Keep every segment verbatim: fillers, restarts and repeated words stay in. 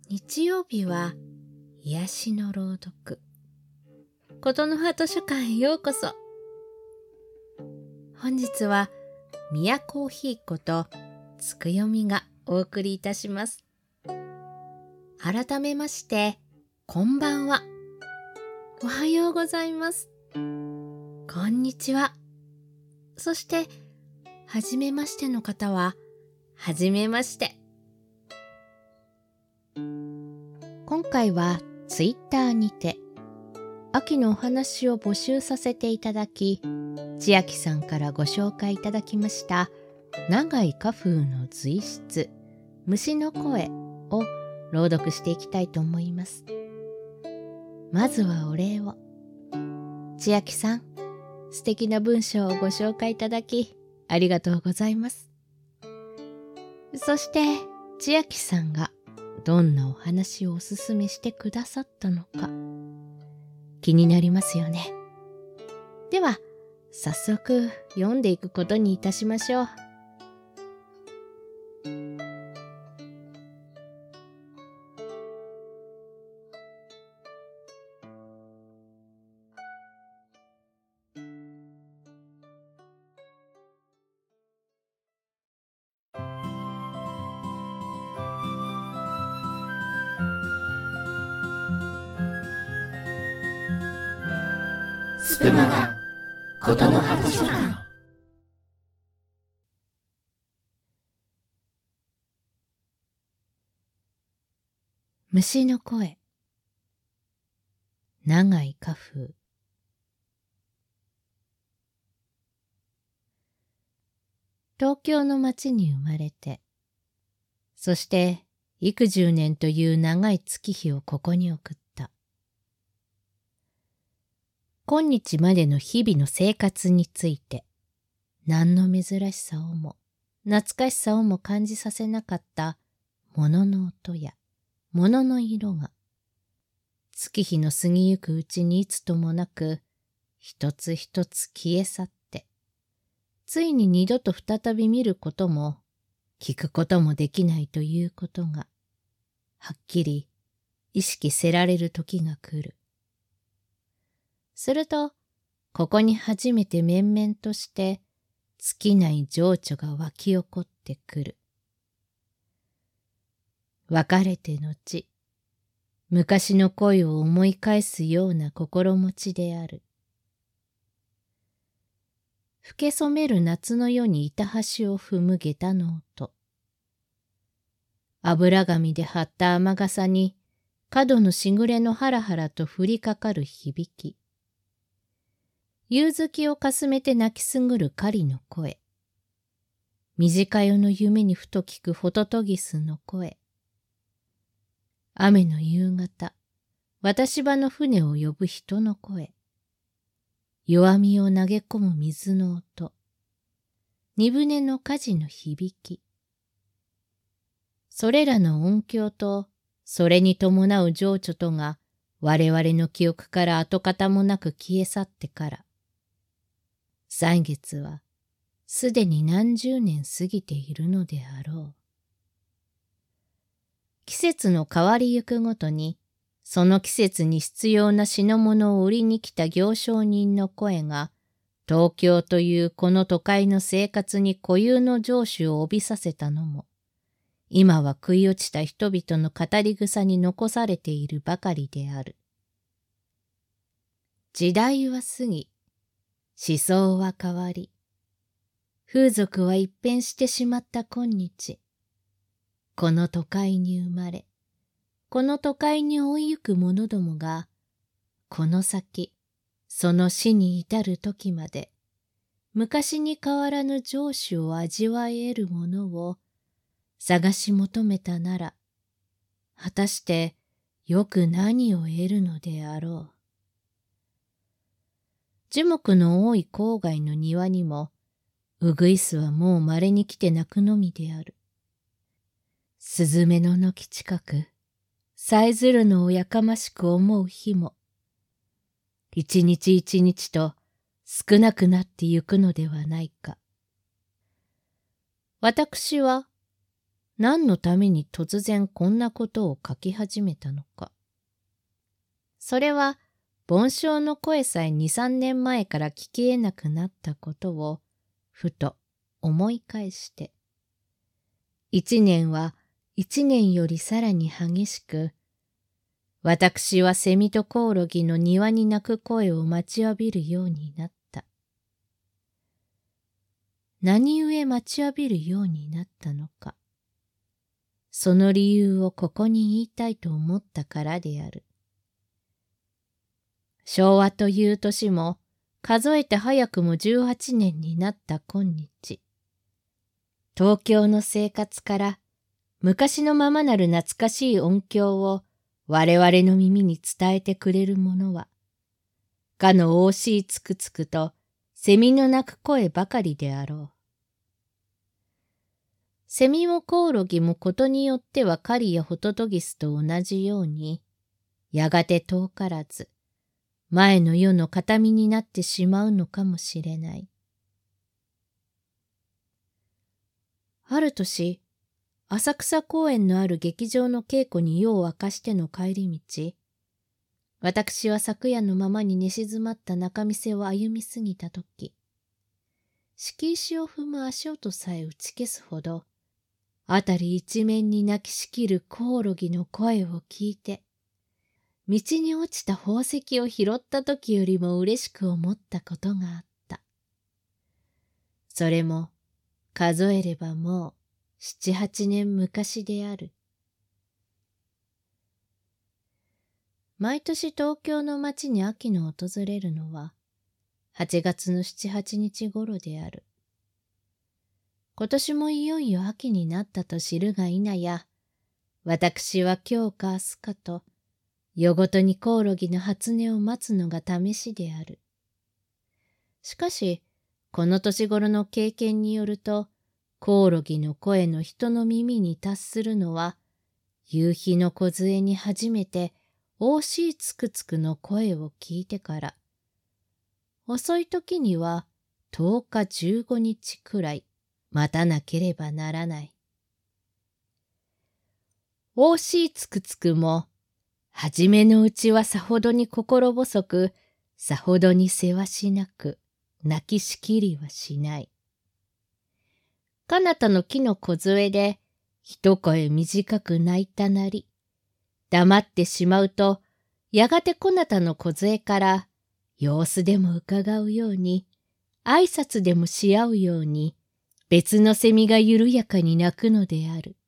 日曜日は癒しの朗読。ことの葉図書館へようこそ。本日は宮コーヒーことつくよみがお送りいたします。改めましてこんばんは。おはようございます。こんにちは。そしてはじめましての方ははじめまして。今回はツイッターにて秋のお話を募集させていただき、千秋さんからご紹介いただきました長井家風の随筆虫の声を朗読していきたいと思います。まずはお礼を。千秋さん、素敵な文章をご紹介いただきありがとうございます。そして千秋さんがどんなお話をおすすめしてくださったのか気になりますよね。では早速読んでいくことにいたしましょう。 スプマガことの葉図書館。 虫の声、長井家風。東京の町に生まれて、そして幾十年という長い月日をここに送った。今日までの日々の生活について、何の珍しさをも懐かしさをも感じさせなかった物の音や物の色が、月日の過ぎゆくうちにいつともなく一つ一つ消え去って、ついに二度と再び見ることも聞くこともできないということが、はっきり意識せられる時が来る。すると、ここに初めて面々として尽きない情緒が湧き起こってくる。別れて後、昔の恋を思い返すような心持ちである。更け染める夏の夜に板橋を踏む下駄の音。油紙で張った雨傘に角のしぐれのハラハラと降りかかる響き。夕月をかすめて泣きすぐる狩りの声。短夜の夢にふと聞くホトトギスの声。雨の夕方、渡し場の船を呼ぶ人の声。弱みを投げ込む水の音。荷船の舵の響き。それらの音響と、それに伴う情緒とが、我々の記憶から跡形もなく消え去ってから、歳月はすでに何十年過ぎているのであろう。季節の変わりゆくごとに、その季節に必要な品物を売りに来た行商人の声が、東京というこの都会の生活に固有の情緒を帯びさせたのも、今は食い落ちた人々の語り草に残されているばかりである。時代は過ぎ、思想は変わり、風俗は一変してしまった今日、この都会に生まれ、この都会に追いゆく者どもが、この先、その死に至る時まで、昔に変わらぬ情緒を味わえ得るものを探し求めたなら、果たしてよく何を得るのであろう。樹木の多い郊外の庭にも、ウグイスはもう稀に来て鳴くのみである。スズメの軒近く、さえずるのをやかましく思う日も、一日一日と少なくなってゆくのではないか。私は、 何のために突然こんなことを書き始めたのか。それは、梵鐘の声さえ二三年前から聞き得なくなったことを、ふと思い返して、一年は一年よりさらに激しく、私はセミとコオロギの庭に鳴く声を待ちわびるようになった。何故待ちわびるようになったのか。その理由をここに言いたいと思ったからである。昭和という年も数えて早くもじゅうはちねんになった今日。東京の生活から昔のままなる懐かしい音響を我々の耳に伝えてくれるものは、かの惜しいつくつくとセミの鳴く声ばかりであろう。セミもコオロギもことによってはカリやホトトギスと同じように、やがて遠からず、前の世の形見になってしまうのかもしれない。ある年、浅草公園のある劇場の稽古に夜を明かしての帰り道、私は昨夜のままに寝静まった仲見世を歩み過ぎたとき、敷石を踏む足音さえ打ち消すほど、あたり一面に泣きしきるコオロギの声を聞いて、道に落ちた宝石を拾ったときよりも嬉しく思ったことがあった。それも、数えればもう七八年昔である。毎年東京の街に秋の訪れるのは、八月の七八日頃である。今年もいよいよ秋になったと知るが否や、私は今日か明日かと、夜ごとにコオロギの初音を待つのが試しである。しかし、この年頃の経験によると、コオロギの声の人の耳に達するのは、夕日の梢に初めて惜しいつくつくの声を聞いてから、遅い時には十日十五日くらい待たなければならない。惜しいつくつくも、はじめのうちはさほどに心細く、さほどにせわしなく、泣きしきりはしない。彼方の木の梢で、一声短く泣いたなり、黙ってしまうと、やがて彼方の梢から、様子でも伺うように、挨拶でもし合うように、別のセミが緩やかに鳴くのである。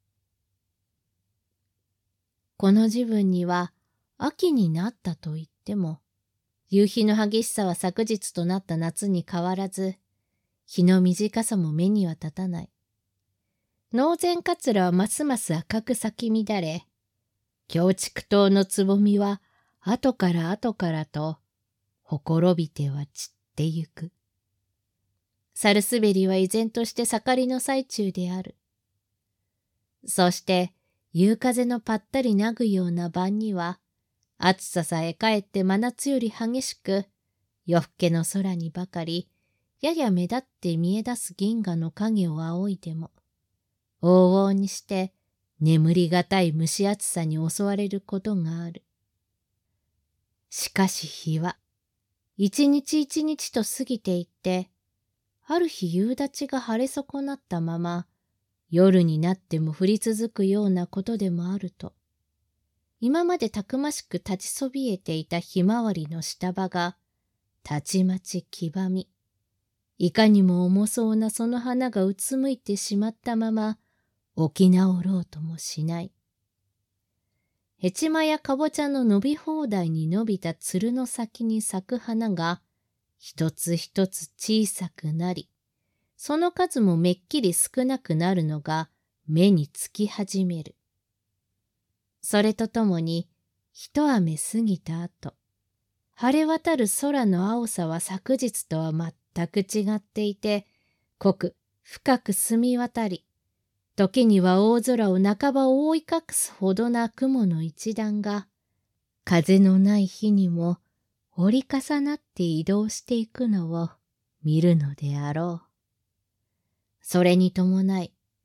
この時分には秋になったと言っても、夕日の激しさは昨日となった夏に変わらず、日の短さも目には立たない。ノウゼンカツラはますます赤く咲き乱れ、京竹島のつぼみは後から後からと、ほころびては散ってゆく。サルスベリは依然として盛りの最中である。そして、夕風のぱったりなぐような晩には、暑ささえかえって真夏より激しく、夜更けの空にばかり、やや目立って見え出す銀河の影を仰いでも、往々にして眠りがたい蒸し暑さに襲われることがある。しかし日は、一日一日と過ぎていって、ある日夕立が晴れ損なったまま、夜になっても降り続くようなことでもあると、今までたくましく立ちそびえていたひまわりの下葉が、たちまち黄ばみ、いかにも重そうなその花がうつむいてしまったまま、起き直ろうともしない。ヘチマやかぼちゃの伸び放題に伸びたつるの先に咲く花が、一つ一つ小さくなり、その数もめっきり少なくなるのが目につき始める。それとともに、一雨過ぎた後、晴れ渡る空の青さは昨日とは全く違っていて、濃く深く澄み渡り、時には大空を半ば覆い隠すほどな雲の一段が、風のない日にも折り重なって移動していくのを見るのであろう。それに伴い、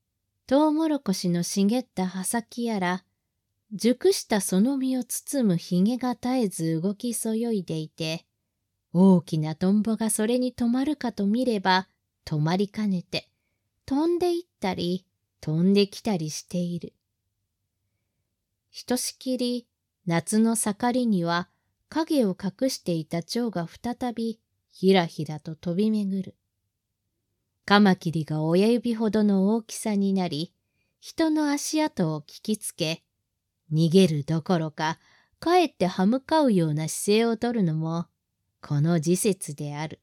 トウモロコシの茂った葉先やら、熟したその実を包むひげが絶えず動きそよいでいて、大きなトンボがそれに止まるかと見れば、止まりかねて、飛んでいったり、飛んできたりしている。ひとしきり、夏の盛りには、影を隠していた蝶が再び、ひらひらと飛び巡る。カマキリが親指ほどの大きさになり、人の足跡を聞きつけ、逃げるどころか、かえって歯向かうような姿勢をとるのも、この時節である。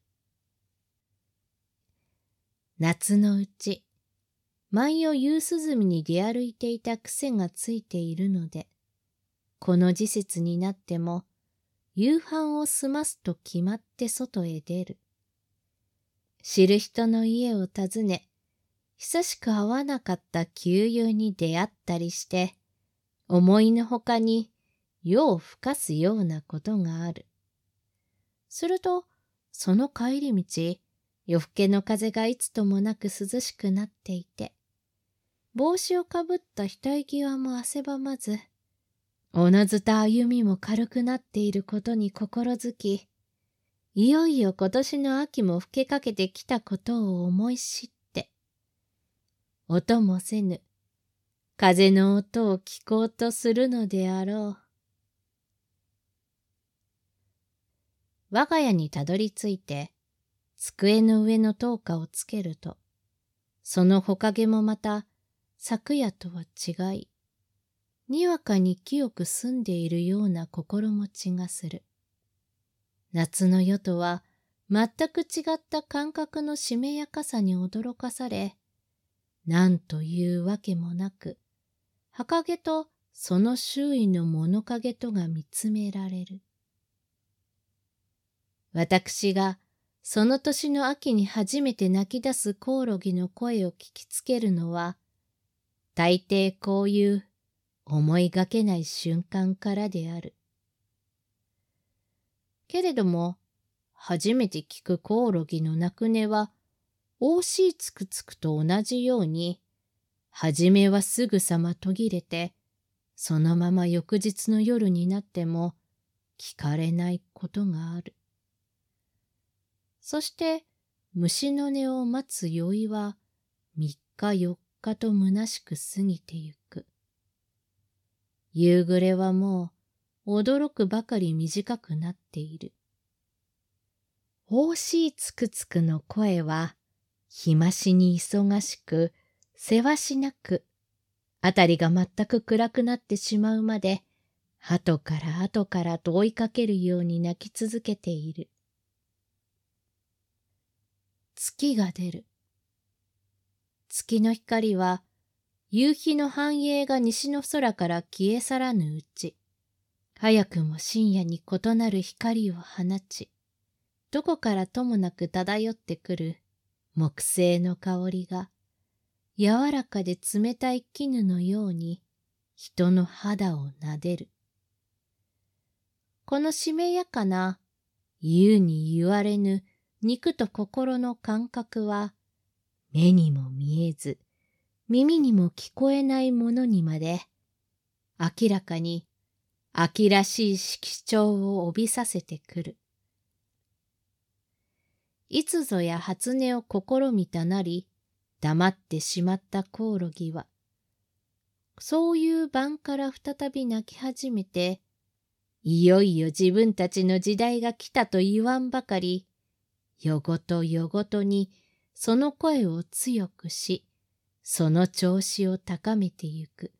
夏のうち、毎夜夕涼みに出歩いていた癖がついているので、この時節になっても、夕飯を済ますと決まって外へ出る。知る人の家を訪ね、久しく会わなかった旧友に出会ったりして、思いのほかに夜を更かすようなことがある。すると、その帰り道、夜更けの風がいつともなく涼しくなっていて、帽子をかぶった額際も汗ばまず、おのずと歩みも軽くなっていることに心づき、いよいよ今年の秋も更けかけてきたことを思い知って、音もせぬ、風の音を聞こうとするのであろう。我が家にたどり着いて、机の上の灯火をつけると、その木陰もまた昨夜とは違い、にわかに清く澄んでいるような心持ちがする。夏の夜とは全く違った感覚のしめやかさに驚かされ、なんというわけもなく、葉陰とその周囲の物陰とが見つめられる。私がその年の秋に初めて泣き出すコオロギの声を聞きつけるのは、大抵こういう思いがけない瞬間からである。けれども、初めて聞くコオロギの鳴く音は、おうしいつくつくと同じように、はじめはすぐさま途切れて、そのまま翌日の夜になっても聞かれないことがある。そして、虫の音を待つ酔いは、三日四日と虚しく過ぎてゆく。夕暮れはもう、驚くばかり短くなっている。おうしいつくつくの声は、日増しに忙しく、せわしなく、あたりが全く暗くなってしまうまで、後から後からと追いかけるように泣き続けている。月が出る。月の光は、夕日の繁栄が西の空から消え去らぬうち、早くも深夜に異なる光を放ち、どこからともなく漂ってくる木製の香りが、柔らかで冷たい絹のように人の肌をなでる。このしめやかな、言うに言われぬ肉と心の感覚は、目にも見えず、耳にも聞こえないものにまで、明らかに秋らしい色調を帯びさせてくる。いつぞや初音を試みたなり、黙ってしまったコオロギは、そういう晩から再び泣き始めて、いよいよ自分たちの時代が来たと言わんばかり、夜ごと夜ごとにその声を強くし、その調子を高めてゆく。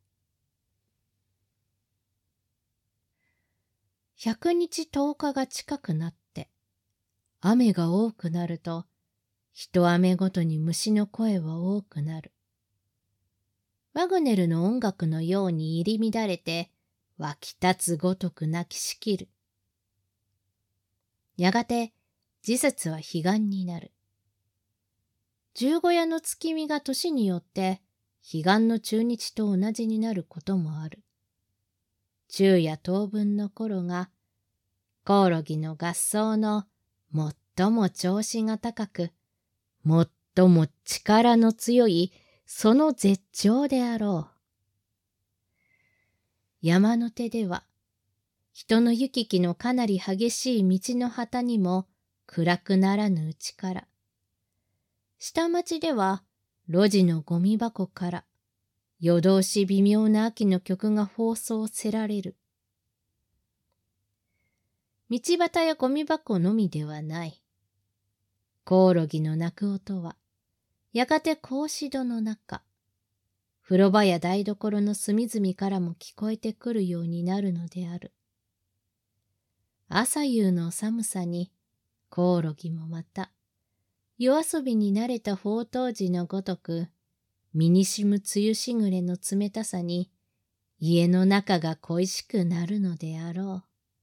百日十日が近くなって、雨が多くなると、一雨ごとに虫の声は多くなる。ワグネルの音楽のように入り乱れて、湧き立つごとく泣きしきる。やがて、時節は彼岸になる。十五夜の月見が年によって、彼岸の中日と同じになることもある。昼夜当分の頃が、コオロギの合奏の最も調子が高く、最も力の強いその絶頂であろう。山の手では、人の行き来のかなり激しい道の旗にも暗くならぬうちから、下町では路地のゴミ箱から夜通し微妙な秋の曲が放送せられる。道端やゴミ箱のみではない。コオロギの鳴く音は、やがて格子戸の中、風呂場や台所の隅々からも聞こえてくるようになるのである。朝夕の寒さに、コオロギもまた、夜遊びに慣れた宝刀児のごとく、身にしむ梅雨しぐれの冷たさに、家の中が恋しくなるのであろ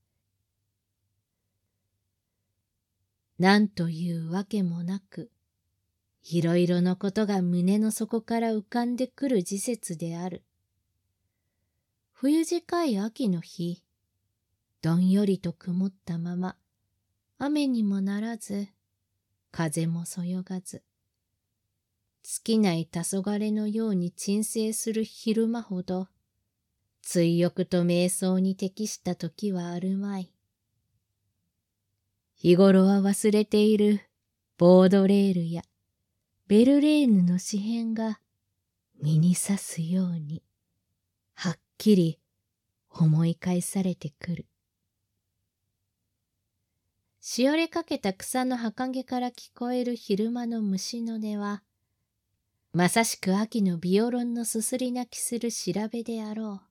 う。なんというわけもなく、いろいろなことが胸の底から浮かんでくる時節である。冬近い秋の日、どんよりと曇ったまま、雨にもならず、風もそよがず、尽きない黄昏のように沈静する昼間ほど、追憶と瞑想に適した時はあるまい。日頃は忘れているボードレールやベルレーヌの詩編が身に刺すように、はっきり思い返されてくる。しおれかけた草の葉陰から聞こえる昼間の虫の音は、まさしく秋のビオロンのすすり泣きする調べであろう。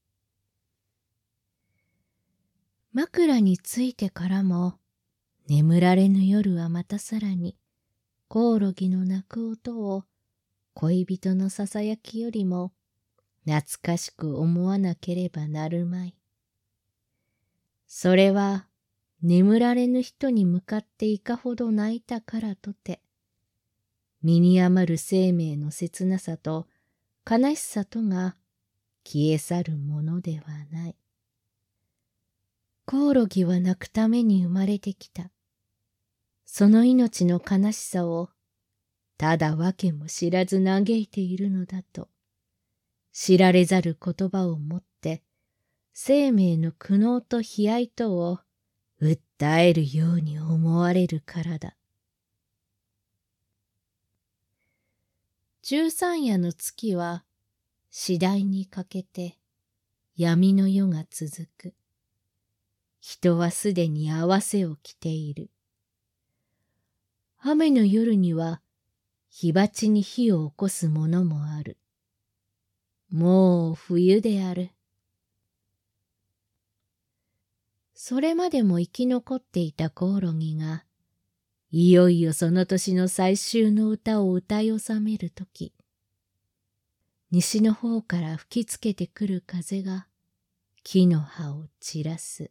枕についてからも、眠られぬ夜はまたさらに、コオロギの鳴く音を恋人のささやきよりも懐かしく思わなければなるまい。それは眠られぬ人に向かっていかほど泣いたからとて、身に余る生命の切なさと悲しさとが消え去るものではない。コオロギは泣くために生まれてきた。その命の悲しさをただわけも知らず嘆いているのだと、知られざる言葉をもって生命の苦悩と悲哀とを訴えるように思われるからだ。十三夜の月は次第に欠けて闇の夜が続く。人はすでに合わせを着ている。雨の夜には火鉢に火を起こすものもある。もう冬である。それまでも生き残っていたコオロギが、いよいよその年の最終の歌を歌い収めるとき、西の方から吹きつけてくる風が木の葉を散らす。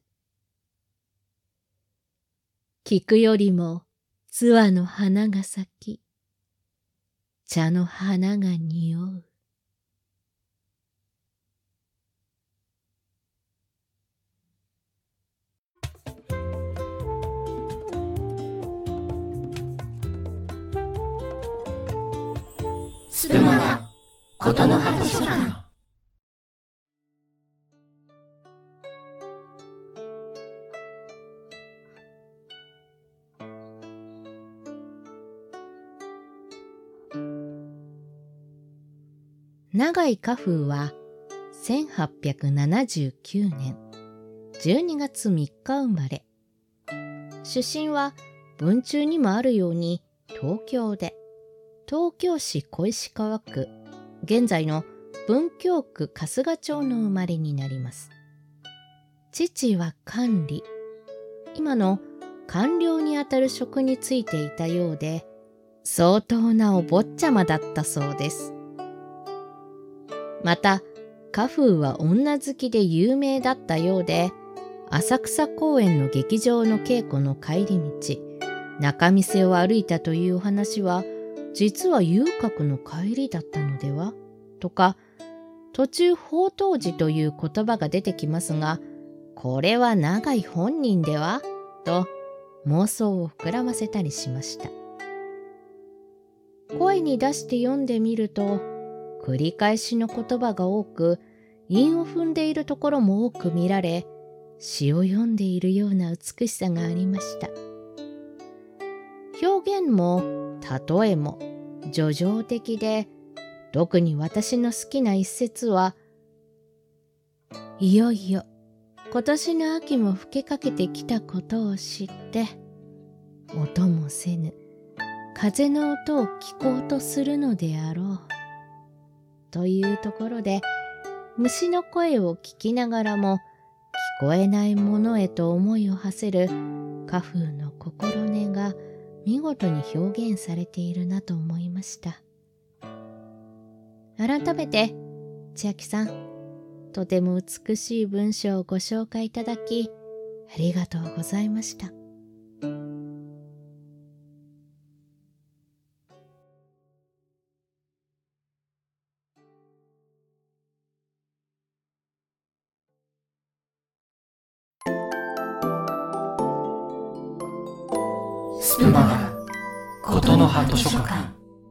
菊よりも桑の花が咲き、茶の花が匂う。 スプマガことの葉図書館。 永井荷風はせんはっぴゃくななじゅうきゅうねんじゅうにがつみっか生まれ。出身は文中にもあるように東京で、東京市小石川区、現在の文京区春日町の生まれになります。父は官吏、今の官僚にあたる職に就いていたようで、相当なお坊ちゃまだったそうです。また、荷風は女好きで有名だったようで、浅草公園の劇場の稽古の帰り道、仲見世を歩いたというお話は、実は遊郭の帰りだったのではとか、途中宝刀児という言葉が出てきますが、これは永井本人ではと妄想を膨らませたりしました。声に出して読んでみると、 繰り返しの言葉が多く、韻を踏んでいるところも多く見られ、詩を読んでいるような美しさがありました。表現も例えも叙情的で、特に私の好きな一節は、いよいよ今年の秋も更けかけてきたことを知って、音もせぬ風の音を聞こうとするのであろう。というところで、虫の声を聞きながらも聞こえないものへと思いを馳せる家風の心根が見事に表現されているなと思いました。改めて千秋さん、とても美しい文章をご紹介いただきありがとうございました。 スプマガことの葉図書館。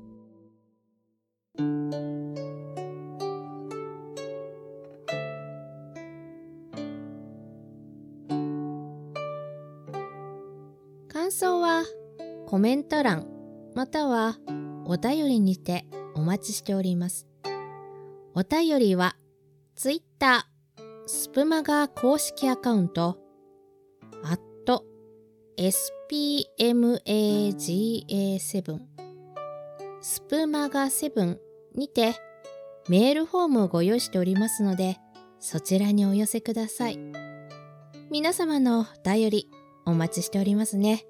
感想はコメント欄またはお便りにてお待ちしております。お便りはツイッタースプマガ公式アカウントアット エスピーエムエージーエーセブン スプマガセブンにてメールフォームをご用意しておりますので、そちらにお寄せください。皆様のお便りお待ちしておりますね。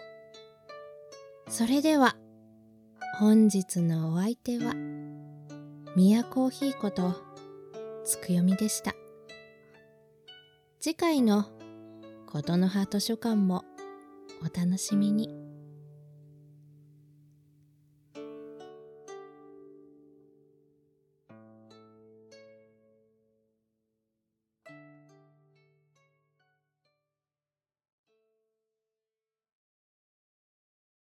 それでは本日のお相手はミヤコーヒーことつくよみでした。次回のことの葉図書館もお楽しみに。